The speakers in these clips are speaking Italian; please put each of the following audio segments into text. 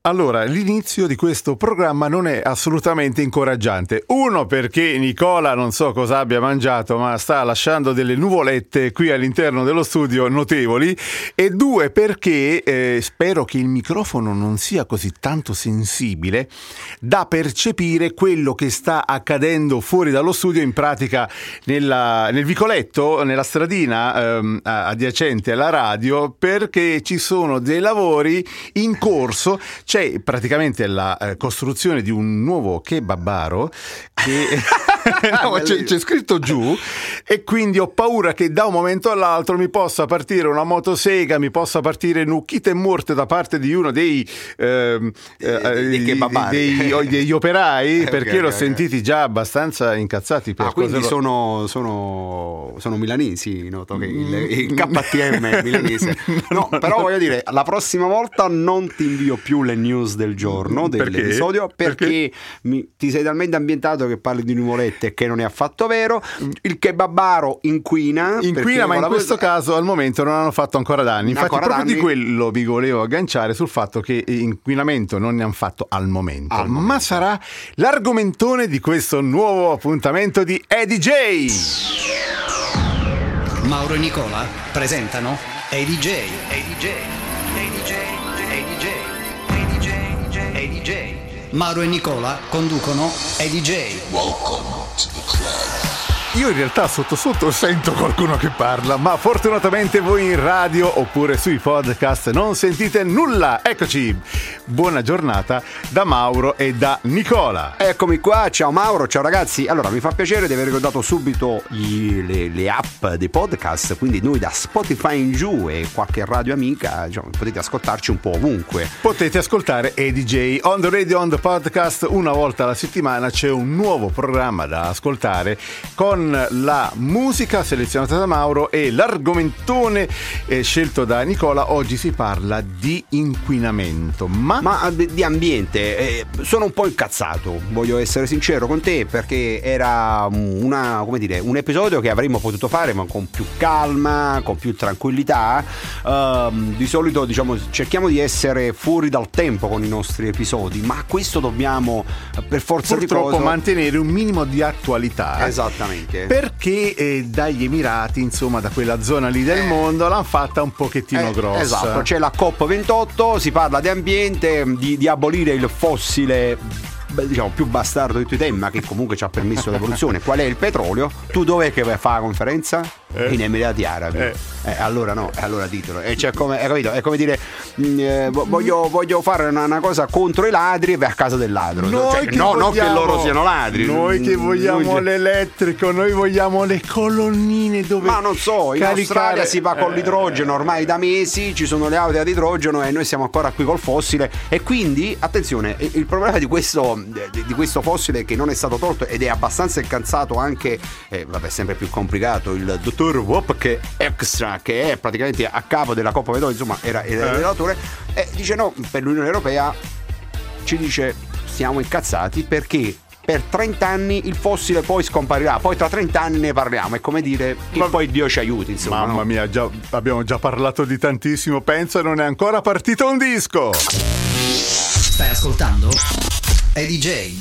Allora, l'inizio di questo programma non è assolutamente incoraggiante. Uno, perché Nicola non so cosa abbia mangiato, ma sta lasciando delle nuvolette qui all'interno dello studio notevoli. E due, perché spero che il microfono non sia così tanto sensibile da percepire quello che sta accadendo fuori dallo studio, in pratica nel vicoletto, nella stradina adiacente alla radio, perché ci sono dei lavori in corso. C'è praticamente la costruzione di un nuovo kebabaro che no, c'è scritto giù, e quindi ho paura che da un momento all'altro mi possa partire una motosega, mi possa partire nucchite morte da parte di uno degli operai, perché l'ho sentiti già abbastanza incazzati per quindi sono milanesi, noto che il KTM milanese. No, però voglio dire, la prossima volta non ti invio più le news del giorno, dell'episodio, perché ti sei talmente ambientato che parli di nuvolette, che non è affatto vero. Il kebabaro inquina, ma in questo caso al momento non hanno fatto ancora danni. Infatti di quello vi volevo agganciare, sul fatto che inquinamento non ne hanno fatto al momento, ma sarà l'argomentone di questo nuovo appuntamento di Eddie J. Mauro e Nicola presentano Eddie J. Mauro e Nicola conducono Eddie J. Welcome to the club. Io in realtà sotto sento qualcuno che parla, ma fortunatamente voi in radio oppure sui podcast non sentite nulla. Eccoci, buona giornata da Mauro e da Nicola. Eccomi qua, ciao Mauro, ciao ragazzi. Allora, mi fa piacere di aver ricordato subito le app dei podcast, quindi noi da Spotify in giù e qualche radio amica, diciamo, potete ascoltarci un po' ovunque. Potete ascoltare Eddie J on the radio, on the podcast. Una volta alla settimana c'è un nuovo programma da ascoltare con la musica selezionata da Mauro e l'argomentone scelto da Nicola. Oggi si parla di inquinamento, ma di ambiente. Sono un po' incazzato, voglio essere sincero con te, perché era un episodio che avremmo potuto fare ma con più calma, con più tranquillità. Di solito, diciamo, cerchiamo di essere fuori dal tempo con i nostri episodi, ma questo dobbiamo per forza purtroppo di cose mantenere un minimo di attualità. Esattamente. Perché dagli Emirati, insomma, da quella zona lì del mondo, l'hanno fatta un pochettino grossa. Esatto, c'è la COP28, si parla di ambiente, di abolire il fossile, diciamo, più bastardo di tutti i tempi, ma che comunque ci ha permesso l'evoluzione. Qual è il petrolio? Tu dov'è che vai a fare la conferenza? In Emirati Arabi. Allora no, allora ditelo. Cioè, capito? È come dire, voglio fare una cosa contro i ladri e vai a casa del ladro. Non che loro siano ladri. Noi che vogliamo l'elettrico, noi vogliamo le colonnine dove. Ma non so, in Australia si va con l'idrogeno ormai da mesi, ci sono le auto ad idrogeno e noi siamo ancora qui col fossile. E quindi, attenzione, il problema di questo fossile che non è stato tolto ed è abbastanza incansato anche, sempre più complicato, il dottor Wopke Extra, che è praticamente a capo della Coppa Vedova, insomma era il relatore, e dice no, per l'Unione Europea ci dice stiamo incazzati perché per 30 anni il fossile poi scomparirà, poi tra 30 anni ne parliamo, è come dire che poi Dio ci aiuti, insomma. Mamma mia, abbiamo già parlato di tantissimo, pensa non è ancora partito un disco. Stai ascoltando Eddie J.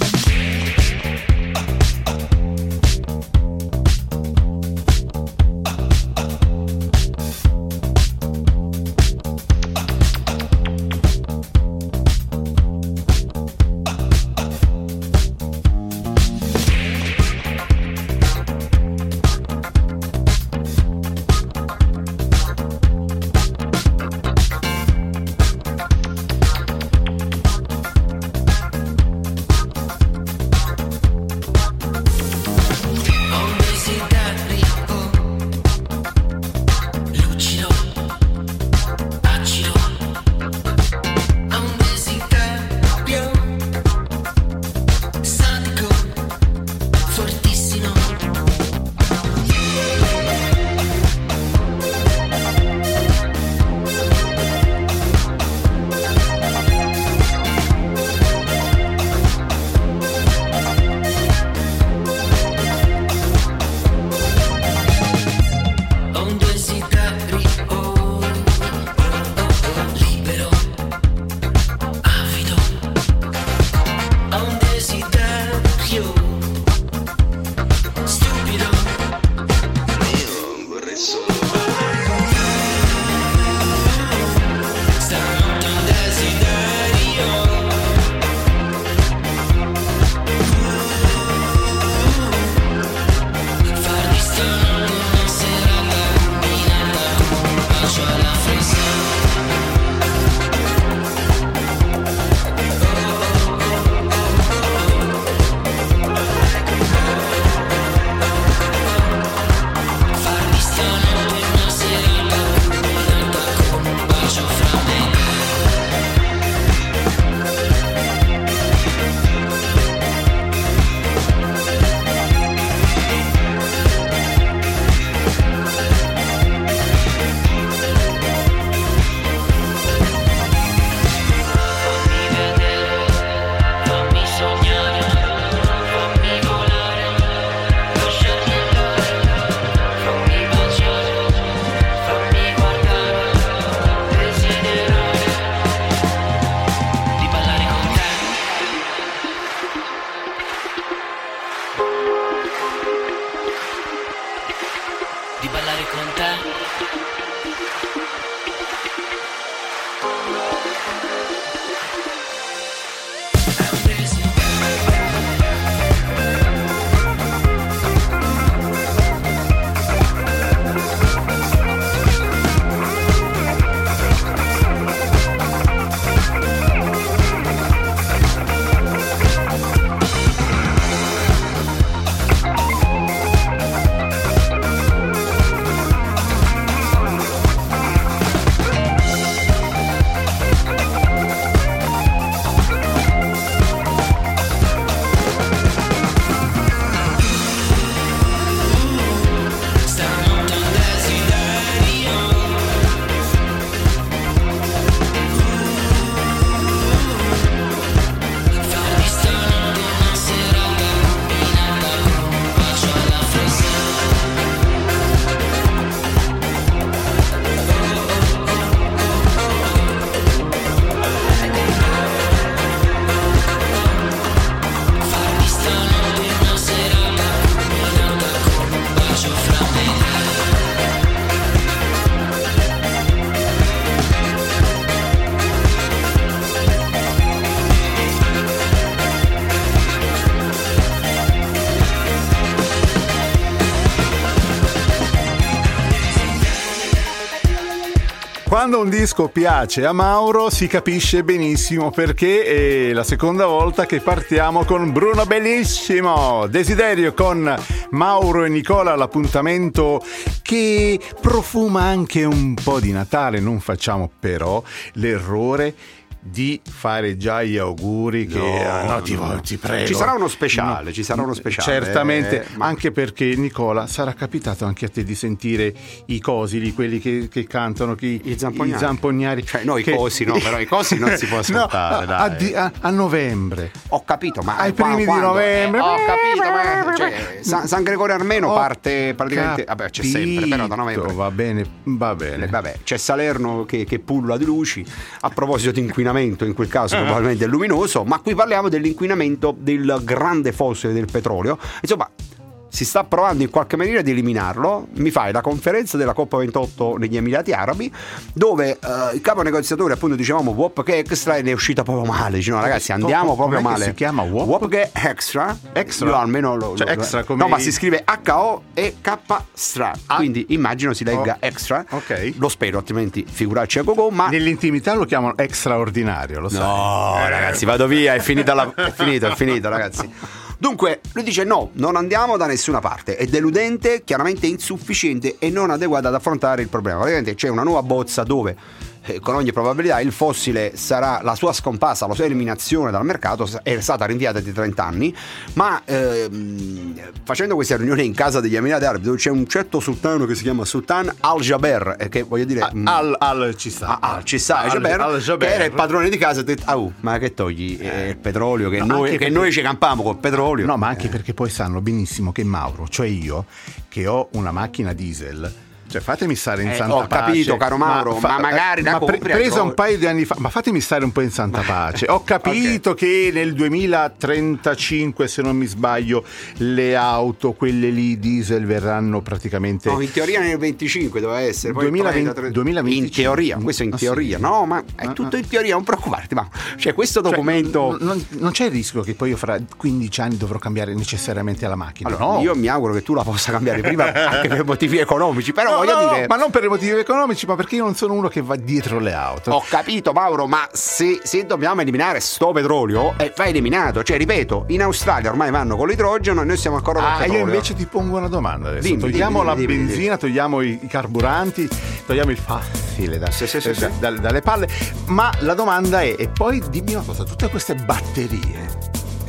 Quando un disco piace a Mauro si capisce benissimo perché è la seconda volta che partiamo con Bruno Bellissimo. Desiderio con Mauro e Nicola, l'appuntamento che profuma anche un po' di Natale. Non facciamo però l'errore di fare già gli auguri ti prego. Ci sarà uno speciale, Certamente, anche perché Nicola sarà capitato anche a te di sentire i cosi lì, quelli che cantano i zampognari. Cioè no, i cosi no, però i cosi non si può ascoltare. A novembre. Ho capito, ma ai primi di novembre. Ho capito, ma cioè, San Gregorio Armeno parte praticamente, vabbè, c'è sempre, però da novembre. Va bene. Vabbè, c'è Salerno che pullula di luci. A proposito di inquinamento, in quel caso probabilmente è luminoso, ma qui parliamo dell'inquinamento del grande fossile del petrolio. Insomma, si sta provando in qualche maniera di eliminarlo. Mi fai la conferenza della COP28 negli Emirati Arabi, dove il capo negoziatore, appunto dicevamo WOP che extra, e ne è uscita proprio male. Dice no ragazzi, andiamo proprio male. Si chiama WOP che extra? Io almeno extra come... No, ma si scrive HOEK-STRA, quindi immagino si legga extra. Ok. Lo spero, altrimenti figurarci a gogo, ma nell'intimità lo chiamano extraordinario, lo sai. No, ragazzi, vado via, è finito, ragazzi. Dunque, lui dice no, non andiamo da nessuna parte, è deludente, chiaramente insufficiente e non adeguata ad affrontare il problema. Praticamente c'è una nuova bozza dove con ogni probabilità il fossile sarà, la sua scomparsa, la sua eliminazione dal mercato è stata rinviata di 30 anni, ma facendo questa riunione in casa degli Emirati Arabi, dove c'è un certo sultano che si chiama Sultan Al-Jaber, che voglio dire ci sta Al-Jaber, che era il padrone di casa, ha detto ma che togli il petrolio che noi ci campiamo col petrolio. No, ma anche perché poi sanno benissimo che Mauro, cioè io che ho una macchina diesel, cioè fatemi stare in santa pace. Ho capito, caro Mauro, ma magari la compri presa un paio di anni fa, ma fatemi stare un po' in santa pace. Ho capito che nel 2035, se non mi sbaglio, le auto, quelle lì diesel, verranno praticamente... No, in teoria nel 25 doveva essere. Poi 2025. In teoria, questo è in teoria. Sì. No, ma è tutto in teoria, non preoccuparti. Ma cioè questo documento... Non c'è il rischio che poi io fra 15 anni dovrò cambiare necessariamente la macchina? Allora, no. Io mi auguro che tu la possa cambiare prima, anche per motivi economici, però voglio dire... ma non per i motivi economici, ma perché io non sono uno che va dietro le auto. Ho capito, Mauro, ma se dobbiamo eliminare sto petrolio, va eliminato. Cioè, ripeto, in Australia ormai vanno con l'idrogeno e noi siamo ancora con il petrolio. Io invece ti pongo una domanda adesso. Togliamo la benzina, togliamo i carburanti, togliamo il fossile dalle palle, ma la domanda è, e poi dimmi una cosa, tutte queste batterie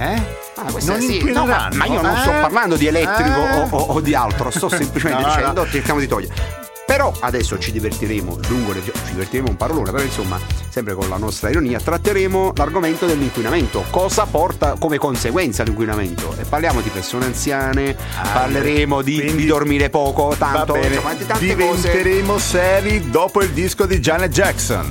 non inquineranno? Ma io non sto parlando di elettrico o di altro, sto semplicemente dicendo cerchiamo di togliere. Però adesso ci divertiremo un parolone, però insomma, sempre con la nostra ironia, tratteremo l'argomento dell'inquinamento. Cosa porta come conseguenza l'inquinamento? E parliamo di persone anziane, parleremo di dormire poco, tanto, insomma, di tante diventeremo cose. seri dopo il disco di Janet Jackson.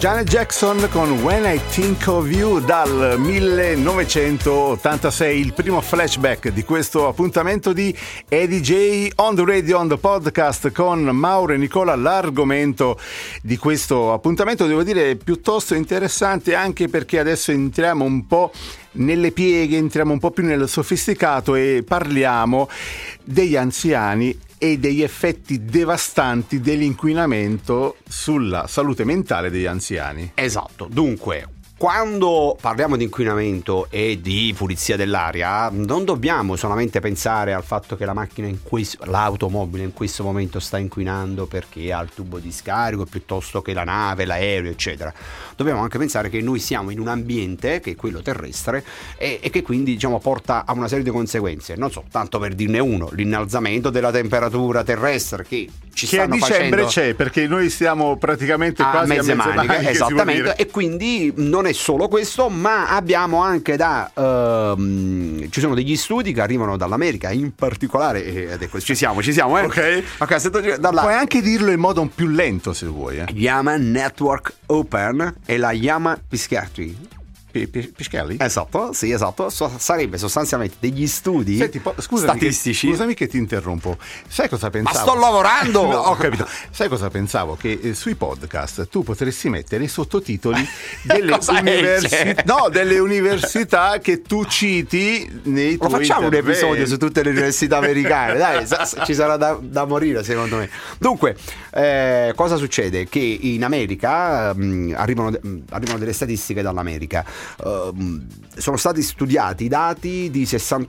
Janet Jackson con When I Think of You dal 1986, il primo flashback di questo appuntamento di Eddie J on the radio, on the podcast con Mauro e Nicola. L'argomento di questo appuntamento, devo dire, piuttosto interessante, anche perché adesso entriamo un po' nelle pieghe, entriamo un po' più nel sofisticato e parliamo degli anziani e degli effetti devastanti dell'inquinamento sulla salute mentale degli anziani. Esatto, dunque quando parliamo di inquinamento e di pulizia dell'aria non dobbiamo solamente pensare al fatto che la macchina l'automobile in questo momento sta inquinando perché ha il tubo di scarico, piuttosto che la nave, l'aereo, eccetera. Dobbiamo anche pensare che noi siamo in un ambiente che è quello terrestre e che quindi, diciamo, porta a una serie di conseguenze. Non so, tanto per dirne uno, l'innalzamento della temperatura terrestre che ci stanno facendo. Che a dicembre c'è, perché noi stiamo praticamente quasi a mezze maniche, esattamente, e quindi non è solo questo, ma abbiamo anche ci sono degli studi che arrivano dall'America in particolare, ed è questo, ci siamo ok, puoi anche dirlo in modo più lento se vuoi. Yama Network Open e la Yama Psychiatry. Piscelli? Esatto, sì, esatto. Sarebbe sostanzialmente degli studi statistici. Scusami che ti interrompo. Sai cosa pensavo? Ma sto lavorando! No, ho capito. Sai cosa pensavo? Che sui podcast tu potresti mettere i sottotitoli delle delle università che tu citi nei tuoi facciamo interventi. un episodio su tutte le università americane, dai, ci sarà da morire secondo me. Dunque, cosa succede? Che in America arrivano delle statistiche dall'America. Sono stati studiati i dati dei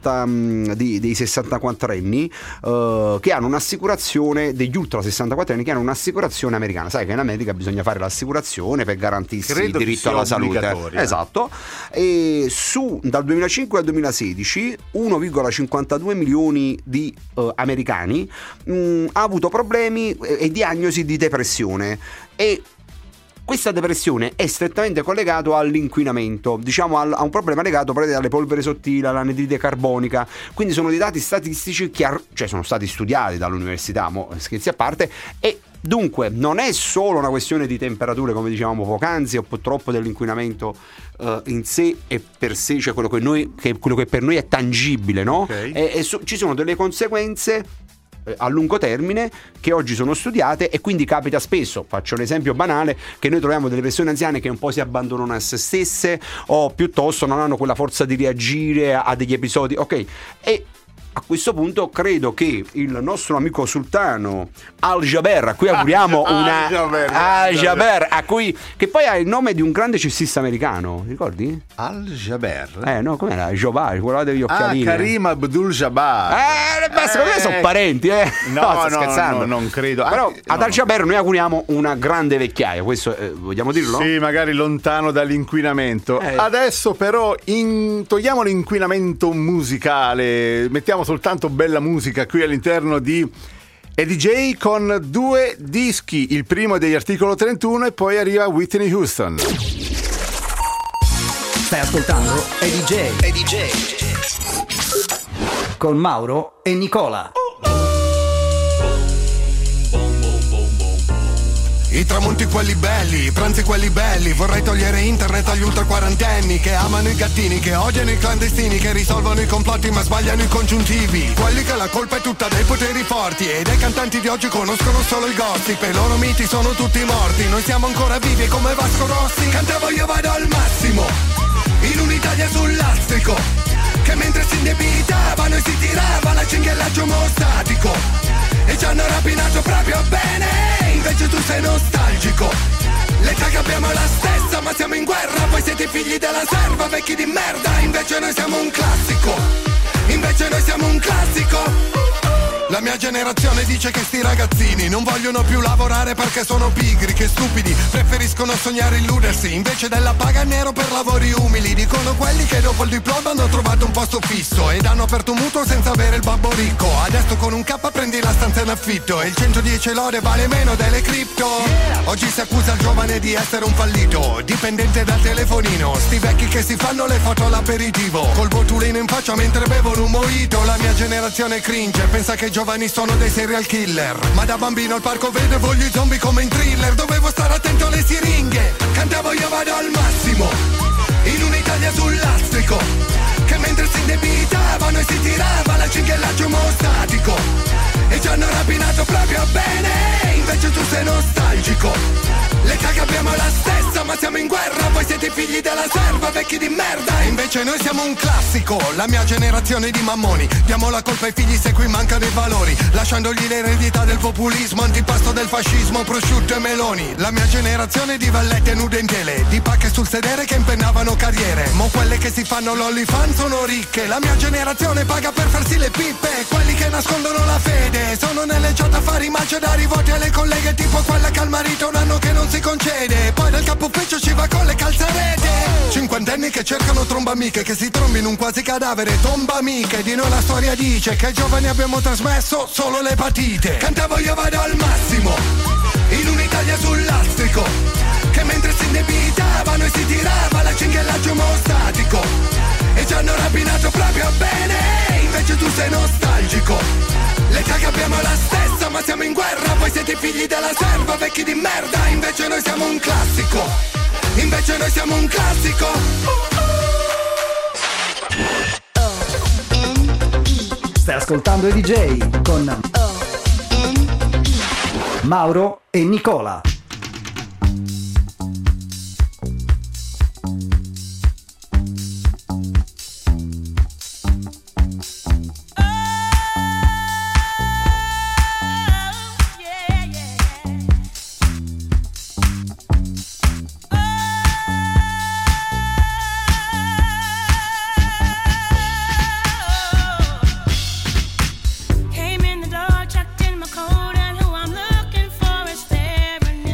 64enni che hanno un'assicurazione, degli ultra 64enni che hanno un'assicurazione americana. Sai che in America bisogna fare l'assicurazione per garantirsi il diritto alla salute. Esatto. E dal 2005 al 2016 1,52 milioni di americani ha avuto problemi e diagnosi di depressione, e questa depressione è strettamente collegato all'inquinamento, diciamo a un problema legato alle polveri sottili, all'anidride carbonica. Quindi sono dei dati statistici che sono stati studiati dall'università, scherzi a parte, e dunque non è solo una questione di temperature, come dicevamo poc'anzi, o purtroppo dell'inquinamento in sé e per sé, cioè quello che per noi è tangibile, no? Okay. Ci sono delle conseguenze a lungo termine che oggi sono studiate, e quindi capita spesso, faccio un esempio banale, che noi troviamo delle persone anziane che un po' si abbandonano a se stesse o piuttosto non hanno quella forza di reagire a degli episodi, ok? E a questo punto credo che il nostro amico sultano Al-Jaber, a cui auguriamo Al-Jaber, che poi ha il nome di un grande cestista americano, ricordi? Al-Jaber? No, com'era? Jabbar, quello degli occhialini. Karim Abdul-Jabbar. Secondo me sono parenti, No, scherzando. No, non credo. Però ad Al-Jaber noi auguriamo una grande vecchiaia, questo vogliamo dirlo? Sì, magari lontano dall'inquinamento. Adesso però togliamo l'inquinamento musicale, mettiamo soltanto bella musica qui all'interno di Eddie J con 2 dischi, il primo degli Articolo 31 e poi arriva Whitney Houston. Stai ascoltando Eddie J con Mauro e Nicola. I tramonti quelli belli, i pranzi quelli belli. Vorrei togliere internet agli ultra quarantenni che amano i gattini, che odiano i clandestini, che risolvono i complotti ma sbagliano i congiuntivi. Quelli che la colpa è tutta dei poteri forti e dei cantanti di oggi conoscono solo il gossip. E i loro miti sono tutti morti, noi siamo ancora vivi come Vasco Rossi. Cantavo io vado al massimo, in un'Italia sul lastrico, che mentre si indebitavano e si tirava la cinghiallaggio mostatico. E ci hanno rapinato proprio bene, invece tu sei nostalgico. L'età che abbiamo è la stessa, ma siamo in guerra. Voi siete figli della serva, vecchi di merda. Invece noi siamo un classico. La mia generazione dice che sti ragazzini non vogliono più lavorare perché sono pigri, che stupidi, preferiscono sognare e illudersi invece della paga nero per lavori umili. Dicono quelli che dopo il diploma hanno trovato un posto fisso ed hanno aperto un mutuo senza avere il babbo ricco. Adesso con un K prendi la stanza in affitto e il 110 lode vale meno delle cripto. Oggi si accusa il giovane di essere un fallito, dipendente dal telefonino. Sti vecchi che si fanno le foto all'aperitivo col botulino in faccia mentre bevono un mojito. La mia generazione cringe, pensa che giovani sono dei serial killer. Ma da bambino al parco vedevo gli zombie come in thriller. Dovevo stare attento alle siringhe. Cantavo io vado al massimo, in un'Italia sul lastrico, che mentre si indebitavano e si tirava la cinghiellaggio mostatico. E ci hanno rapinato proprio bene, invece tu sei nostalgico. L'età che abbiamo è la stessa, ma siamo in guerra, voi siete figli della serva, vecchi di merda. E invece noi siamo un classico, la mia generazione di mammoni. Diamo la colpa ai figli se qui mancano i valori, lasciandogli l'eredità del populismo, antipasto del fascismo, prosciutto e meloni. La mia generazione di vallette nude in tele, di pacche sul sedere che impennavano carriere. Mo quelle che si fanno l'OnlyFans sono ricche. La mia generazione paga per farsi le pippe, quelli che nascondono la fede sono nelle chat a fare i match da rivolti alle colleghe, tipo quella che al marito un anno che non si concede, poi dal capo ufficio ci va con le calzarete. Cinquantenni che cercano trombamiche, che si trombi in un quasi cadavere. Tomba amiche, di noi la storia dice che ai giovani abbiamo trasmesso solo l'epatite. Cantavo io vado al massimo, in un'Italia sul lastrico, che mentre si indebitavano e si tirava la cinghiellaggio mostatico. E ci hanno rapinato proprio bene, invece tu sei nostalgico. L'età che abbiamo è la stessa, ma siamo in guerra, voi siete figli della serva, vecchi di merda. Invece noi siamo un classico, invece noi siamo un classico. Stai ascoltando i DJ con Mauro e Nicola. Came in the door, checked in my coat, and who I'm looking for is staring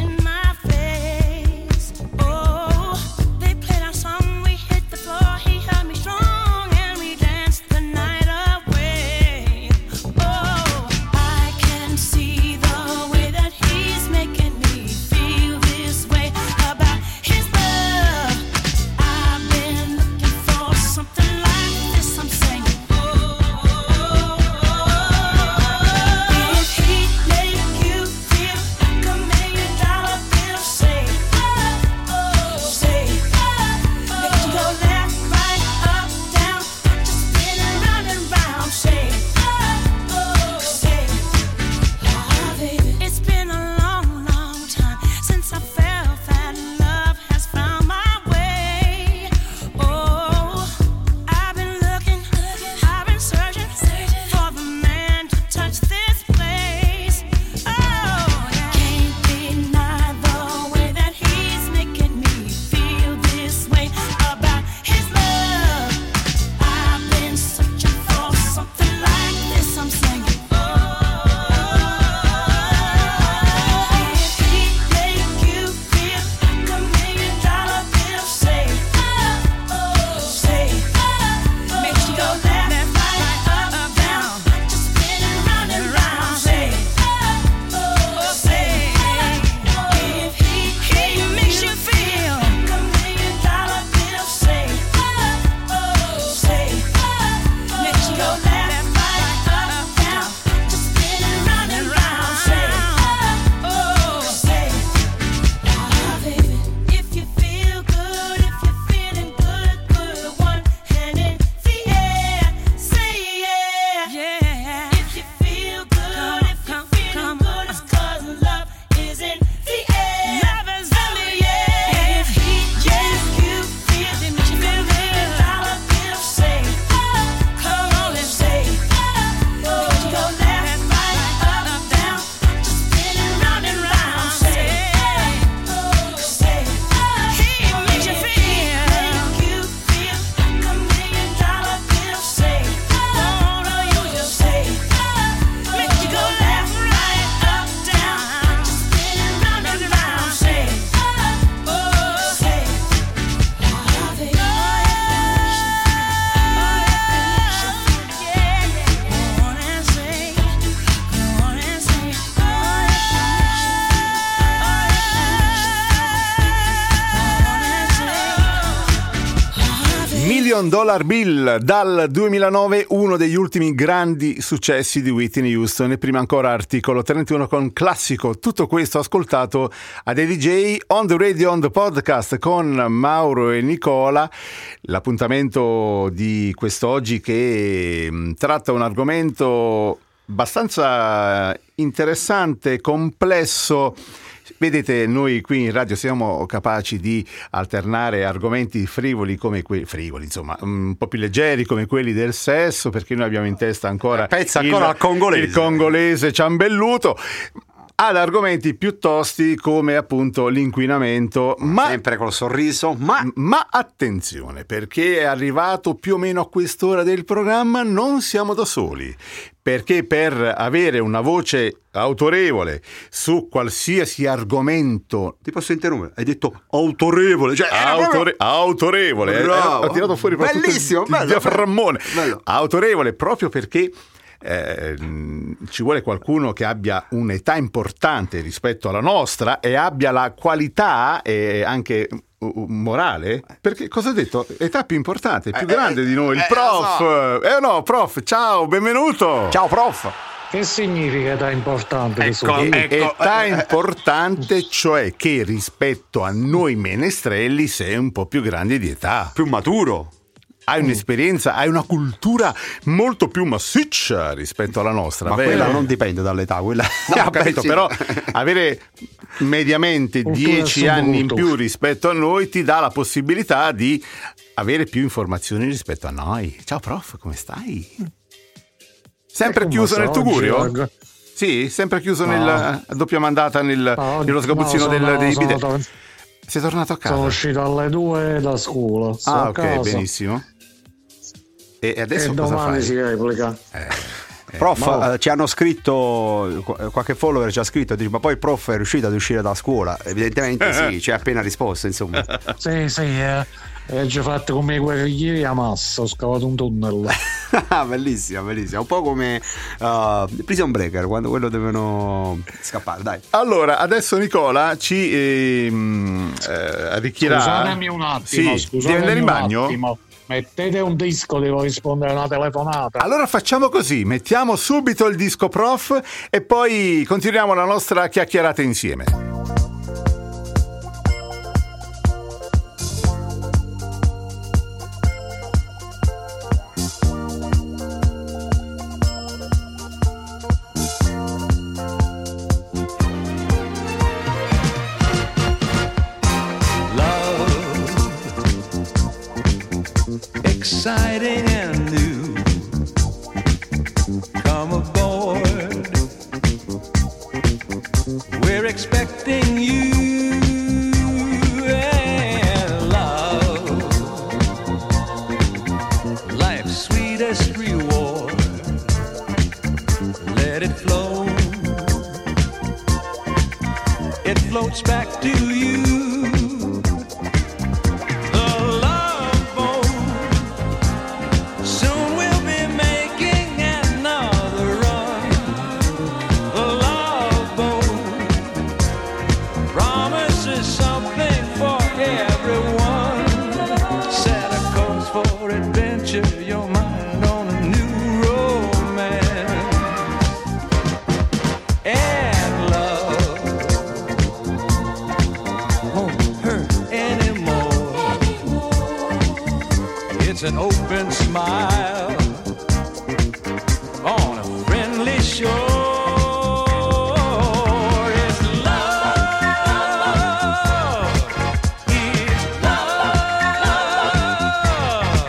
$1 Bill, dal 2009 uno degli ultimi grandi successi di Whitney Houston, e prima ancora articolo 31 con Classico. Tutto questo ascoltato a dei DJ on the radio, on the podcast con Mauro e Nicola. L'appuntamento di quest'oggi che tratta un argomento abbastanza interessante, complesso. Vedete, noi qui in radio siamo capaci di alternare argomenti frivoli come insomma, un po' più leggeri come quelli del sesso, perché noi abbiamo in testa ancora il congolese ciambelluto, ad argomenti più tosti come appunto l'inquinamento, ma sempre col sorriso, ma attenzione, perché è arrivato più o meno a quest'ora del programma, non siamo da soli, perché per avere una voce autorevole su qualsiasi argomento. Ti posso interrompere? Hai detto autorevole, cioè autorevole, ho tirato fuori proprio bellissimo, il diaframmone. Bello. Autorevole proprio perché ci vuole qualcuno che abbia un'età importante rispetto alla nostra e abbia la qualità e anche morale, perché cosa ho detto? Età più importante, più grande di noi, il prof. No, prof, ciao, benvenuto. Ciao prof. Che significa età importante? Età importante, cioè che rispetto a noi menestrelli sei un po' più grande di età, più maturo. Hai un'esperienza, hai una cultura molto più massiccia rispetto alla nostra. Ma quella non dipende dall'età, quella. No, ho capito, però avere mediamente 10 anni in più rispetto a noi ti dà la possibilità di avere più informazioni rispetto a noi. Ciao prof, come stai? Sempre chiuso nel tugurio? Sì, sempre chiuso nella doppia mandata nello sgabuzzino dei bidet. Sei tornato a casa? Sono uscito alle 2 da scuola. Ok, casa. Benissimo. E adesso cosa domani fai? Si replica. Prof, ci hanno scritto, qualche follower ci ha scritto, dice, ma poi il prof è riuscito ad uscire da scuola? Evidentemente sì, ci ha appena risposto, insomma. Sì, ci fatto come i guerrieri a massa, ho scavato un tunnel. Bellissima, un po' come Prison Breaker, quando quello devono scappare, dai. Allora, adesso Nicola ci arricchirà. Scusatemi un attimo, devi andare in bagno? Attimo. Mettete un disco, devo rispondere a una telefonata. Allora facciamo così, mettiamo subito il disco prof e poi continuiamo la nostra chiacchierata insieme. Exciting and new. Come aboard. We're expecting you and love. Life's sweetest reward. Let it flow. It floats back to you. An open smile on a friendly shore. It's love. It's love.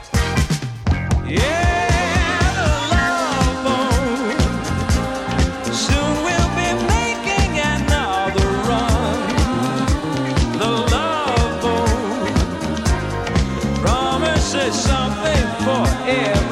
Yeah, the love boat. Soon we'll be making another run. The love boat promises something for everyone.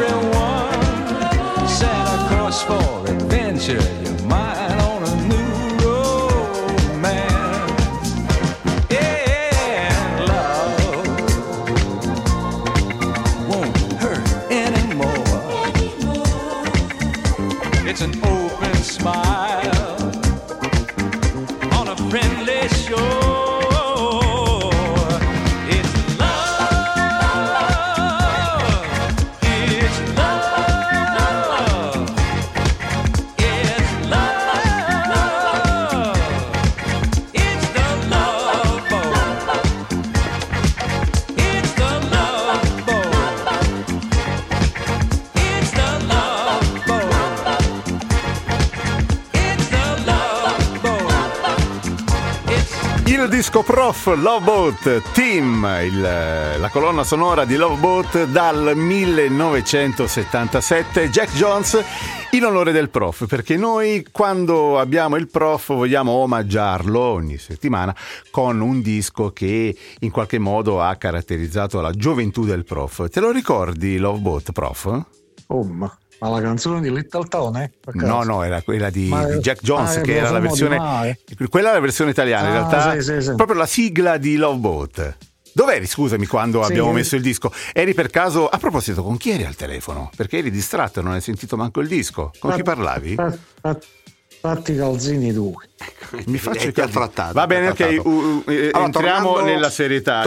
Il disco Prof, Love Boat Team, la colonna sonora di Love Boat dal 1977, Jack Jones in onore del Prof, perché noi quando abbiamo il Prof vogliamo omaggiarlo ogni settimana con un disco che in qualche modo ha caratterizzato la gioventù del Prof. Te lo ricordi Love Boat, Prof? Ma la canzone di Little Tony? No, era quella di Jack Jones, che era la versione. Quella è la versione italiana, in realtà. Sì. Proprio la sigla di Love Boat. Dov'eri, scusami, quando abbiamo messo il disco? Eri per caso. A proposito, con chi eri al telefono? Perché eri distratto e non hai sentito manco il disco. Con chi parlavi? Fatti i calzini tu. Mi faccio trattato. Va bene, ok. Entriamo nella serietà.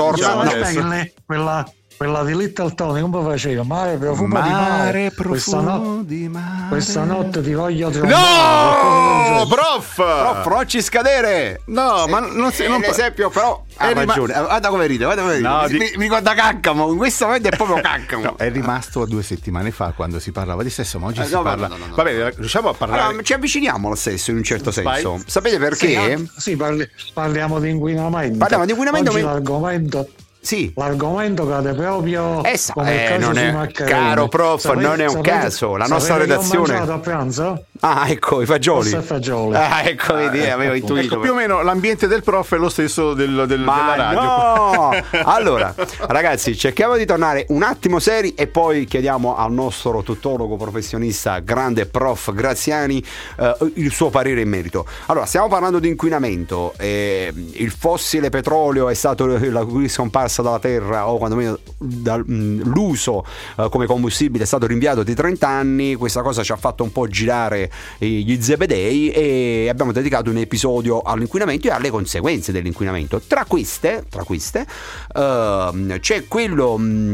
Quella di Little Tony come faceva? Mare profumo di mare. Questa notte ti voglio trovare. No, Prof, facci scadere. No, ma non sei un esempio, però ha ragione. Guarda come ride, No, mi ricorda Caccamo, in questo momento è proprio Caccamo. No, è rimasto 2 settimane fa quando si parlava di sesso, ma oggi si parla. No. Va bene, riusciamo a parlare. Allora, ci avviciniamo al sesso in un certo senso. Vai. Sapete perché? Parliamo di inquinamento. Oggi l'argomento. Sì. L'argomento cade proprio come non è, caro Prof, non è un caso. La nostra redazione. Ho mangiato a pranzo? Ah, ecco, i fagioli. Ah, ecco, vedi, avevo intuito. Ecco, più o meno l'ambiente del Prof è lo stesso della radio. No! Allora, ragazzi, cerchiamo di tornare un attimo seri e poi chiediamo al nostro tuttologo professionista, grande Prof Graziani, il suo parere in merito. Allora, stiamo parlando di inquinamento. Il fossile petrolio è stato la cui scomparsa dalla terra, o quantomeno l'uso come combustibile è stato rinviato di 30 anni. Questa cosa ci ha fatto un po' girare gli zebedei e abbiamo dedicato un episodio all'inquinamento e alle conseguenze dell'inquinamento. Tra queste c'è quello,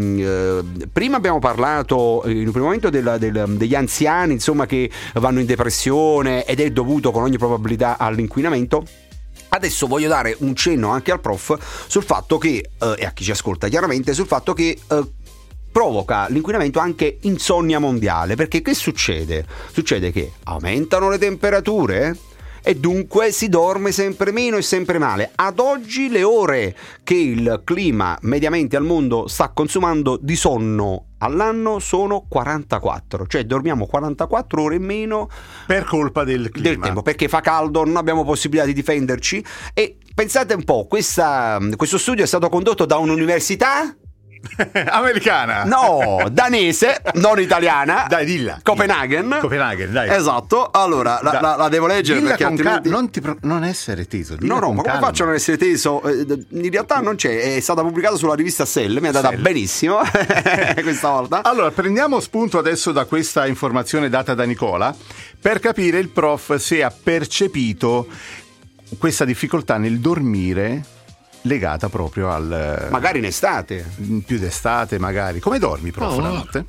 prima abbiamo parlato in un primo momento degli anziani, insomma, che vanno in depressione ed è dovuto con ogni probabilità all'inquinamento. Adesso voglio dare un cenno anche al Prof sul fatto che, e a chi ci ascolta chiaramente, sul fatto che provoca l'inquinamento anche insonnia mondiale, perché che succede? Succede che aumentano le temperature e dunque si dorme sempre meno e sempre male. Ad oggi le ore che il clima mediamente al mondo sta consumando di sonno all'anno sono 44, cioè dormiamo 44 ore in meno per colpa del clima, del tempo, perché fa caldo, non abbiamo possibilità di difenderci. E pensate un po', questo studio è stato condotto da un'università americana, no, danese, non italiana. Dai, dilla. Copenaghen, dai. Esatto. Allora la devo leggere dilla perché altrimenti non essere teso. No, ma come faccio a non essere teso? In realtà non c'è, è stata pubblicata sulla rivista Cell, mi è andata benissimo questa volta. Allora, prendiamo spunto adesso da questa informazione data da Nicola per capire il Prof se ha percepito questa difficoltà nel dormire legata proprio al magari in estate, più d'estate magari. Come dormi, Prof, la notte?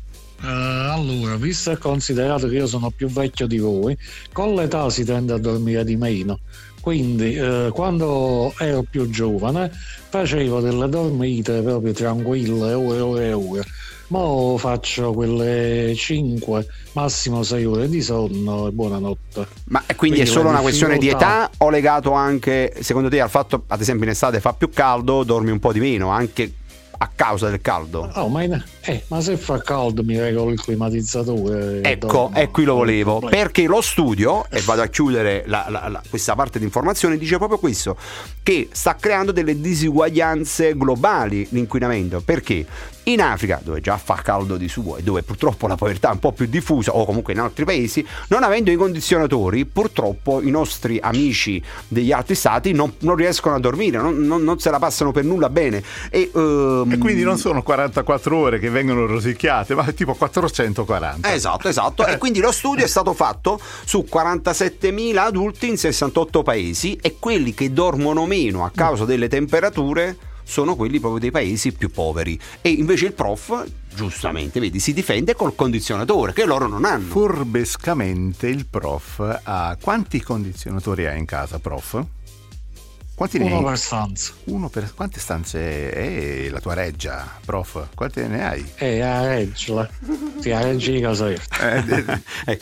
Allora, visto e considerato che io sono più vecchio di voi, con l'età si tende a dormire di meno. Quindi quando ero più giovane facevo delle dormite proprio tranquille, ore. Mo faccio quelle 5, massimo 6 ore di sonno e buonanotte. Ma quindi è solo una questione di età o legato anche, secondo te, al fatto, ad esempio in estate fa più caldo, dormi un po' di meno, anche a causa del caldo? Oh, ma se fa caldo mi regolo il climatizzatore. Ecco, e qui lo volevo, perché lo studio, e vado a chiudere questa parte di informazione, dice proprio questo, che sta creando delle disuguaglianze globali l'inquinamento. Perché in Africa, dove già fa caldo di suo e dove purtroppo la povertà è un po' più diffusa, o comunque in altri paesi, non avendo i condizionatori, purtroppo i nostri amici degli altri stati non riescono a dormire, non se la passano per nulla bene. E quindi non sono 44 ore che vengono rosicchiate, ma tipo 440. Esatto. E quindi lo studio è stato fatto su 47.000 adulti in 68 paesi, e quelli che dormono meno a causa delle temperature sono quelli proprio dei paesi più poveri. E invece il Prof, giustamente, vedi, si difende col condizionatore che loro non hanno. Furbescamente il Prof ha quanti condizionatori ha in casa, Prof? Quanti ne Uno hai? per stanza. Quante stanze è la tua reggia, prof? Quante ne hai? A Reggio, sì, a Reggio di Caserta. È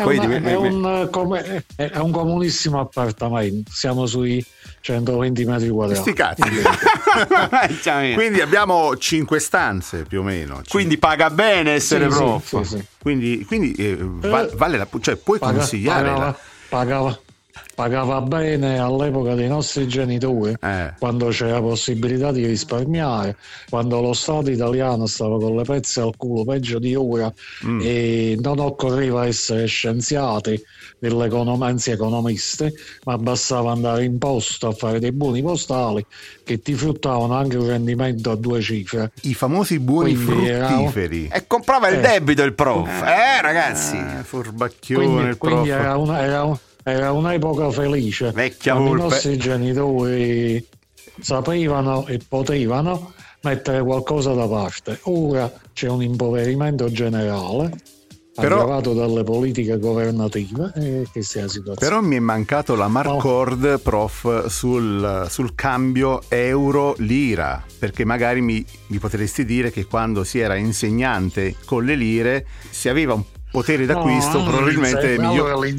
un comunissimo appartamento, siamo sui 120 metri quadrati. Sti cazzi. Quindi abbiamo 5 stanze più o meno. Quindi paga bene essere Sì, prof. sì. Quindi vale la, cioè puoi consigliare Pagava bene all'epoca dei nostri genitori, quando c'era possibilità di risparmiare, quando lo Stato italiano stava con le pezze al culo peggio di ora e non occorreva essere scienziati dell'economia, anzi economisti, ma bastava andare in posto a fare dei buoni postali che ti fruttavano anche un rendimento a 2 cifre. I famosi buoni Quindi fruttiferi. E comprava il debito il prof, ragazzi. Furbacchione il prof. Quindi era un'epoca felice. Vecchia quando volpe. i nostri genitori sapevano e potevano mettere qualcosa da parte. Ora c'è un impoverimento generale aggravato dalle politiche governative e questa è la situazione. Però mi è mancato la Marcord, prof, sul cambio euro-lira, perché magari mi potresti dire che quando si era insegnante con le lire si aveva un potere d'acquisto probabilmente migliore.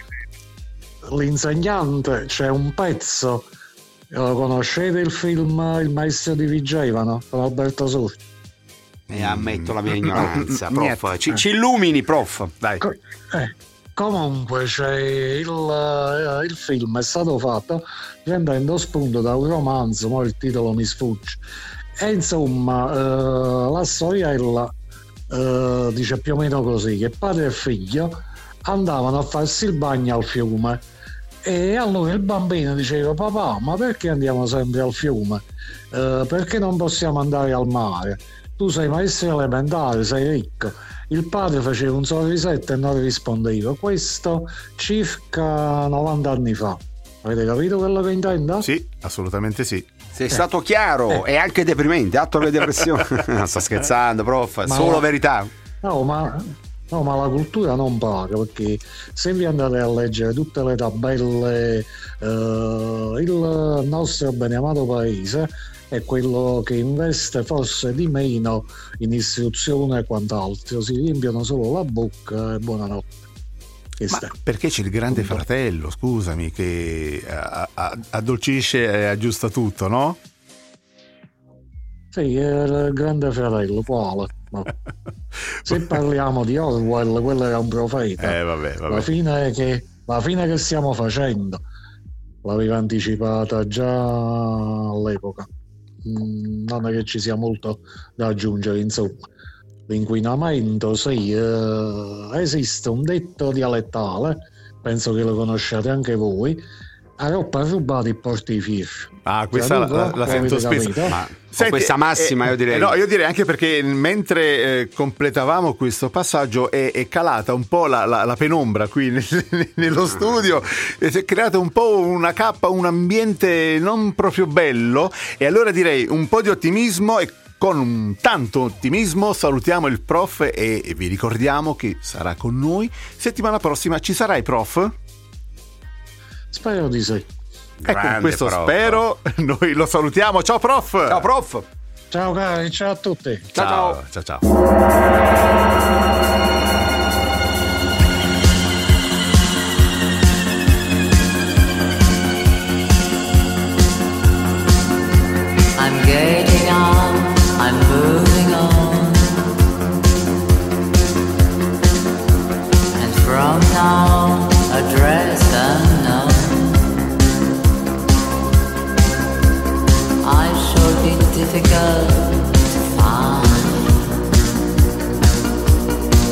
L'insegnante, c'è un pezzo, conoscete il film Il maestro di Vigevano con Alberto Sordi? Ammetto la mia ignoranza, prof. Ci illumini, prof. Dai. Comunque c'è il film è stato fatto prendendo spunto da un romanzo, ma il titolo mi sfugge. E insomma la storiella dice più o meno così, che padre e figlio andavano a farsi il bagno al fiume e allora il bambino diceva: papà, ma perché andiamo sempre al fiume? Perché non possiamo andare al mare? Tu sei maestro elementare, sei ricco. Il padre faceva un sorrisetto e non rispondeva. Questo circa 90 anni fa. Avete capito quello che intendo? Sì, assolutamente sì. Sei stato chiaro e anche deprimente, atto che depressione. No, sto scherzando, prof, solo verità. No, ma la cultura non paga, perché se vi andate a leggere tutte le tabelle, il nostro beneamato paese è quello che investe forse di meno in istruzione e quant'altro, si riempiono solo la bocca e buonanotte. Ma perché c'è il grande fratello, scusami, che addolcisce e aggiusta tutto, no? Sì, è il grande fratello, quale? No. Se parliamo di Orwell, quello era un profeta. Vabbè. La fine che stiamo facendo l'aveva anticipata già all'epoca. Non è che ci sia molto da aggiungere, insomma. L'inquinamento, sì, esiste un detto dialettale, penso che lo conosciate anche voi: a roppa rubata e porti i fier. Questa la sento spesso. Ma senti, questa massima io direi. No, io direi anche perché mentre completavamo questo passaggio è calata un po' la penombra qui nello studio, si è creata un po' una cappa, un ambiente non proprio bello, e allora direi un po' di ottimismo, e con tanto ottimismo salutiamo il prof e vi ricordiamo che sarà con noi settimana prossima. Ci sarai, prof? Spero di sì. Con questo prof. Spero, noi lo salutiamo. Ciao prof. Ciao prof. Ciao cari, ciao a tutti. Ciao. I'm getting on, I'm moving on, and from now address unknown, I shall be difficult to find.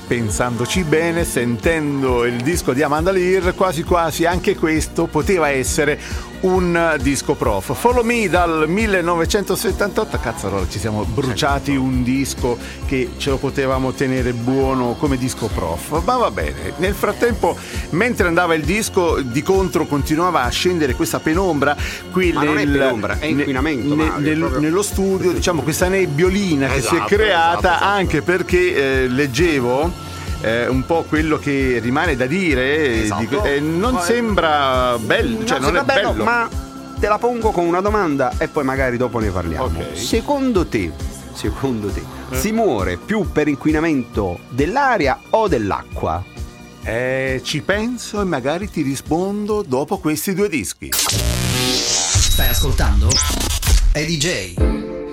pensandoci bene, sentendo il disco di Amanda Lear, quasi quasi anche questo poteva essere un disco prof. Follow Me dal 1978, cazzo, allora ci siamo bruciati un disco che ce lo potevamo tenere buono come disco prof, ma va bene. Nel frattempo, mentre andava il disco, di contro continuava a scendere questa penombra qui ma non è penombra, è inquinamento, nello studio, diciamo, questa nebbiolina che si è Esatto, creata, esatto. anche perché leggevo un po' quello che rimane da dire, Esatto. non sembra bello, cioè non è bello. Ma te la pongo con una domanda e poi magari dopo ne parliamo. Ok. Secondo te si muore più per inquinamento dell'aria o dell'acqua? Ci penso e magari ti rispondo dopo questi due dischi. Stai ascoltando Eddie J.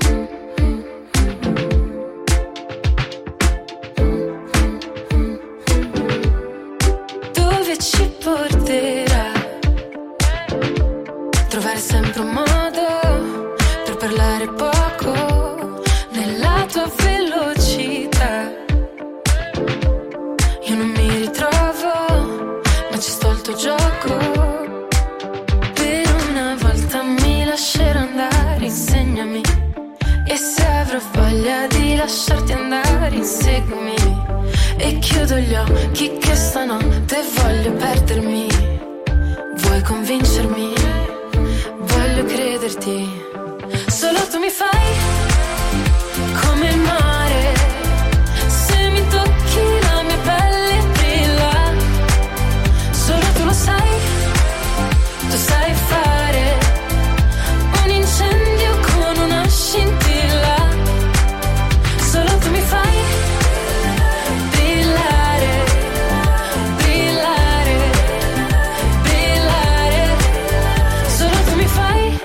Dove ci porterà? Trovare sempre un modo per parlare poco nella tua velocità. Io non mi ritrovo, ma ci sto al tuo gioco. Per una volta mi lascerò andare, insegnami. E se avrò voglia di lasciarti andare, inseguimi. E chiudo gli occhi che stanotte voglio perdermi. Vuoi convincermi? Voglio crederti. Solo tu mi fai come il mare. Se mi tocchi la mia pelle brilla. Solo tu lo sai. Tu sai fare un incendio con una scintilla. Solo tu mi fai brillare, brillare, brillare. Solo tu mi fai.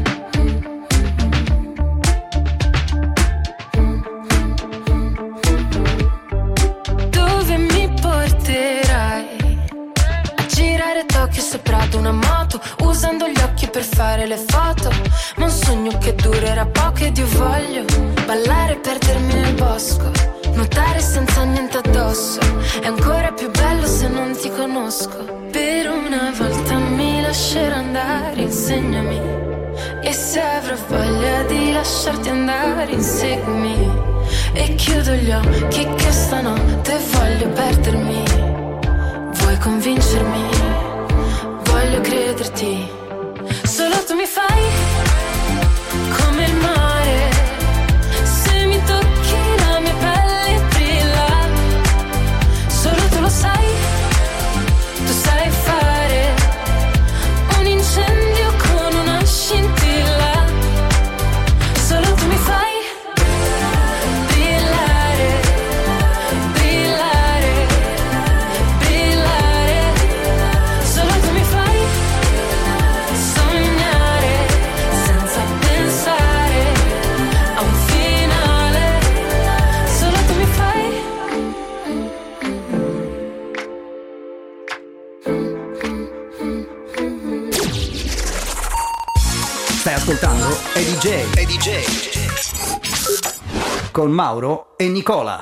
Dove mi porterai? A girare Tokyo sopra ad una moto, usando gli occhi per fare le foto. Ma un sogno che durerà poco ed io voglio ballare e perdermi nel bosco, nuotare senza niente addosso. È ancora più bello se non ti conosco. Per una volta mi lascerò andare, insegnami. E se avrò voglia di lasciarti andare, inseguimi. E chiudo gli occhi che stanotte voglio perdermi. Vuoi convincermi? Voglio crederti. Solo tu mi fai come il mare. Se mi tocchi la mia pelle brilla. Solo tu lo sai. Tu sai fare un incendio con una scintilla. Solo tu mi fai brillare, brillare, brillare. Solo tu mi fai sognare senza pensare a un finale. Solo tu mi fai. Stai ascoltando Eddie J. Con Mauro e Nicola.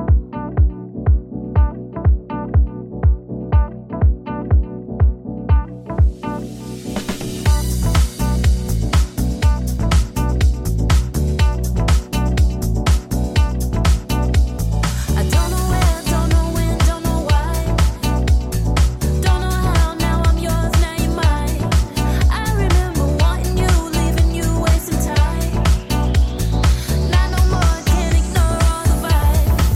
I don't know where, don't know when, don't know why. Don't know how, now I'm yours, now you're mine. I remember wanting you, leaving you, wasting time. Not no more, can't ignore all the vibes.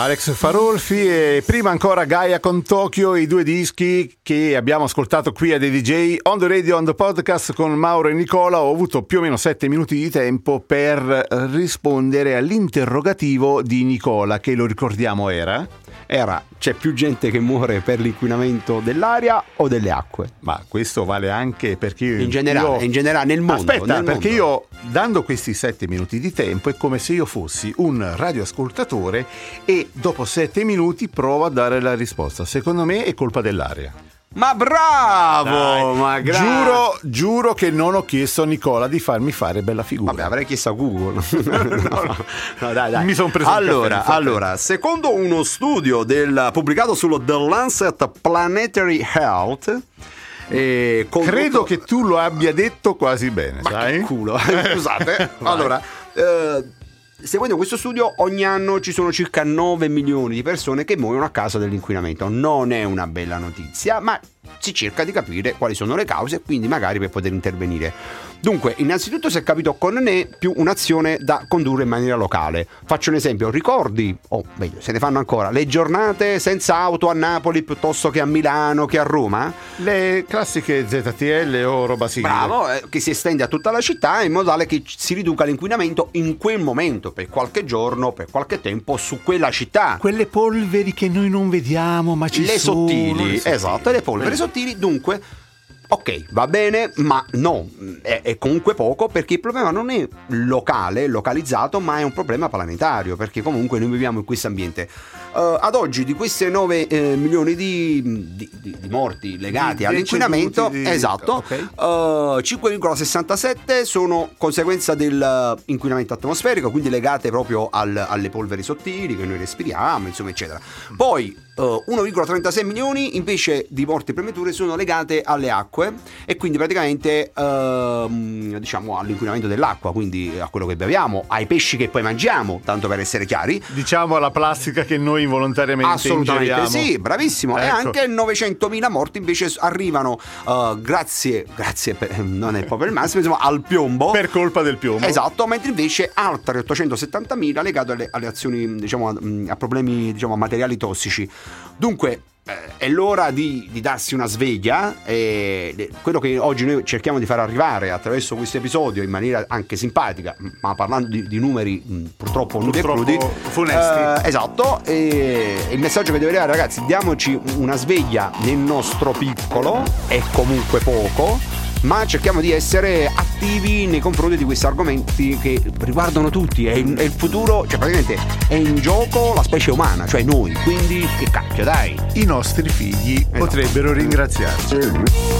Alex Farolfi e prima ancora Gaia con Tokyo, i due dischi che abbiamo ascoltato qui a DJ on the radio, on the podcast con Mauro e Nicola. Ho avuto più o meno 7 minuti di tempo per rispondere all'interrogativo di Nicola, che lo ricordiamo era c'è più gente che muore per l'inquinamento dell'aria o delle acque? Ma questo vale anche perché in generale nel mondo. Aspetta, perché io, dando questi 7 minuti di tempo, è come se io fossi un radioascoltatore e dopo 7 minuti provo a dare la risposta. Secondo me è colpa dell'aria. Ma bravo! Giuro che non ho chiesto a Nicola di farmi fare bella figura. Vabbè, avrei chiesto a Google. No, dai. Mi sono preso allora, secondo uno studio pubblicato sullo The Lancet Planetary Health, credo che tu lo abbia detto quasi bene, ma sai? che culo. Scusate. Allora, seguendo questo studio, ogni anno ci sono circa 9 milioni di persone che muoiono a causa dell'inquinamento. Non è una bella notizia, ma si cerca di capire quali sono le cause e quindi magari per poter intervenire. Dunque, innanzitutto si è capito con ne è più un'azione da condurre in maniera locale. Faccio un esempio: ricordi, o meglio, se ne fanno ancora, le giornate senza auto a Napoli piuttosto che a Milano, che a Roma? Le classiche ZTL o roba simile. Bravo, che si estende a tutta la città in modo tale che si riduca l'inquinamento in quel momento, per qualche giorno, per qualche tempo, su quella città. Quelle polveri che noi non vediamo, ma ci le sono. Sottili, esatto, le polveri sottili, dunque. Ok, va bene, ma no, è comunque poco, perché il problema non è localizzato, ma è un problema planetario, perché comunque noi viviamo in questo ambiente. Ad oggi di queste 9 milioni di morti legati all'inquinamento, esatto, okay. 5,67 sono conseguenza dell'inquinamento atmosferico, quindi legate proprio alle polveri sottili che noi respiriamo, insomma, eccetera. Poi 1,36 milioni invece di morti premature sono legate alle acque e quindi praticamente diciamo all'inquinamento dell'acqua, quindi a quello che beviamo, ai pesci che poi mangiamo, tanto per essere chiari, diciamo alla plastica che noi involontariamente assolutamente ingeriamo. Sì, bravissimo. Ecco. E anche 900.000 morti invece arrivano grazie non è proprio il massimo, insomma, al piombo, per colpa del piombo, esatto, mentre invece altre 870.000 legate alle azioni, diciamo, a problemi, diciamo, a materiali tossici. Dunque è l'ora di darsi una sveglia, e quello che oggi noi cerchiamo di far arrivare attraverso questo episodio in maniera anche simpatica, ma parlando di numeri purtroppo nudi e crudi, funesti, esatto, e il messaggio che deve arrivare, ragazzi: diamoci una sveglia nel nostro piccolo, è comunque poco, ma cerchiamo di essere attivi nei confronti di questi argomenti che riguardano tutti. È il futuro, cioè praticamente è in gioco la specie umana, cioè noi, quindi che cacchio, dai, i nostri figli potrebbero ringraziarci.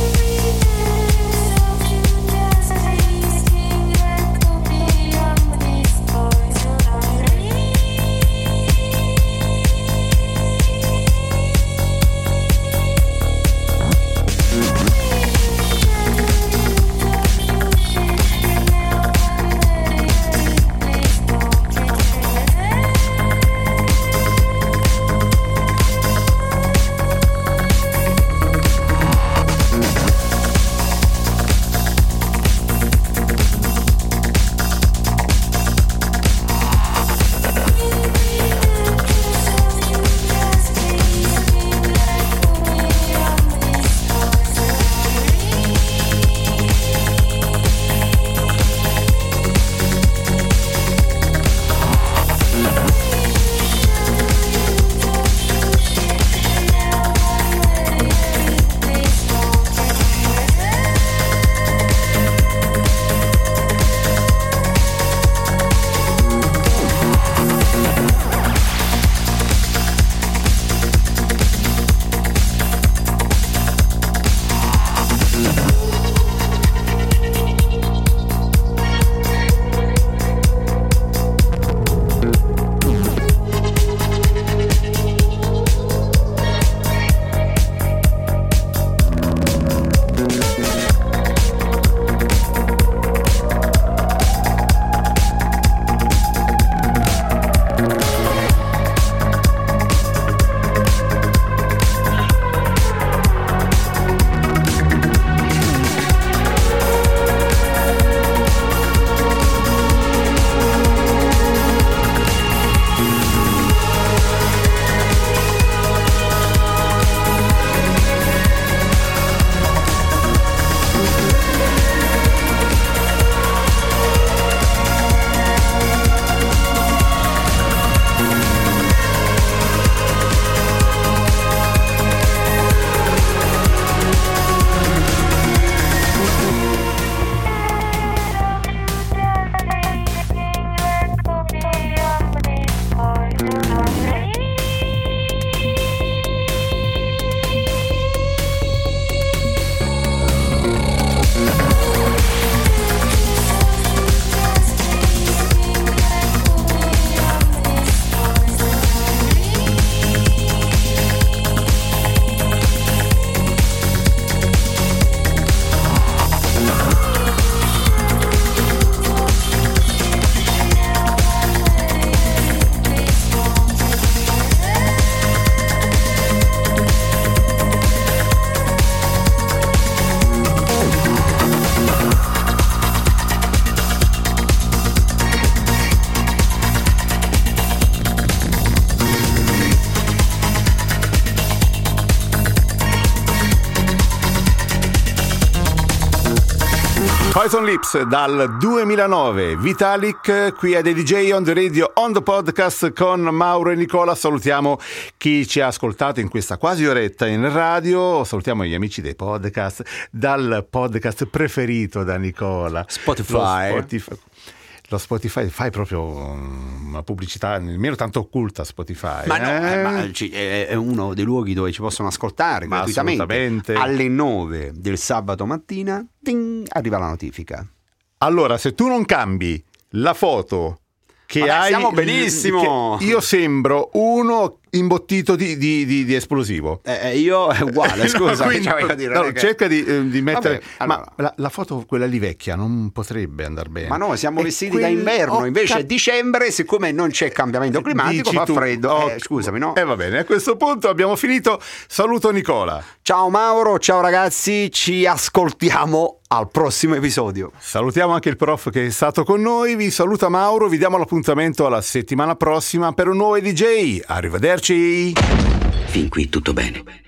Poison Lips dal 2009, Vitalik qui a The DJ on the Radio on the podcast con Mauro e Nicola. Salutiamo chi ci ha ascoltato in questa quasi oretta in radio, salutiamo gli amici dei podcast, dal podcast preferito da Nicola, Spotify. Lo Spotify, fai proprio una pubblicità nemmeno tanto occulta Spotify. Ma no, è uno dei luoghi dove ci possono ascoltare gratuitamente. Assolutamente. Alle 9 del sabato mattina arriva la notifica. Allora, se tu non cambi la foto che hai, siamo benissimo. che io sembro uno imbottito di esplosivo. Io è uguale, scusa. Quindi, voglio dire, no, che... cerca di mettere. Vabbè, allora. Ma la foto quella lì vecchia non potrebbe andare bene. Ma no, siamo vestiti da inverno, invece è dicembre, siccome non c'è cambiamento climatico, fa freddo. Scusami, no? Va bene, a questo punto abbiamo finito. Saluto Nicola. Ciao Mauro, ciao ragazzi, ci ascoltiamo al prossimo episodio. Salutiamo anche il prof che è stato con noi. Vi saluta Mauro, vi diamo l'appuntamento alla settimana prossima per un nuovo DJ. Arrivederci. Fin qui tutto bene.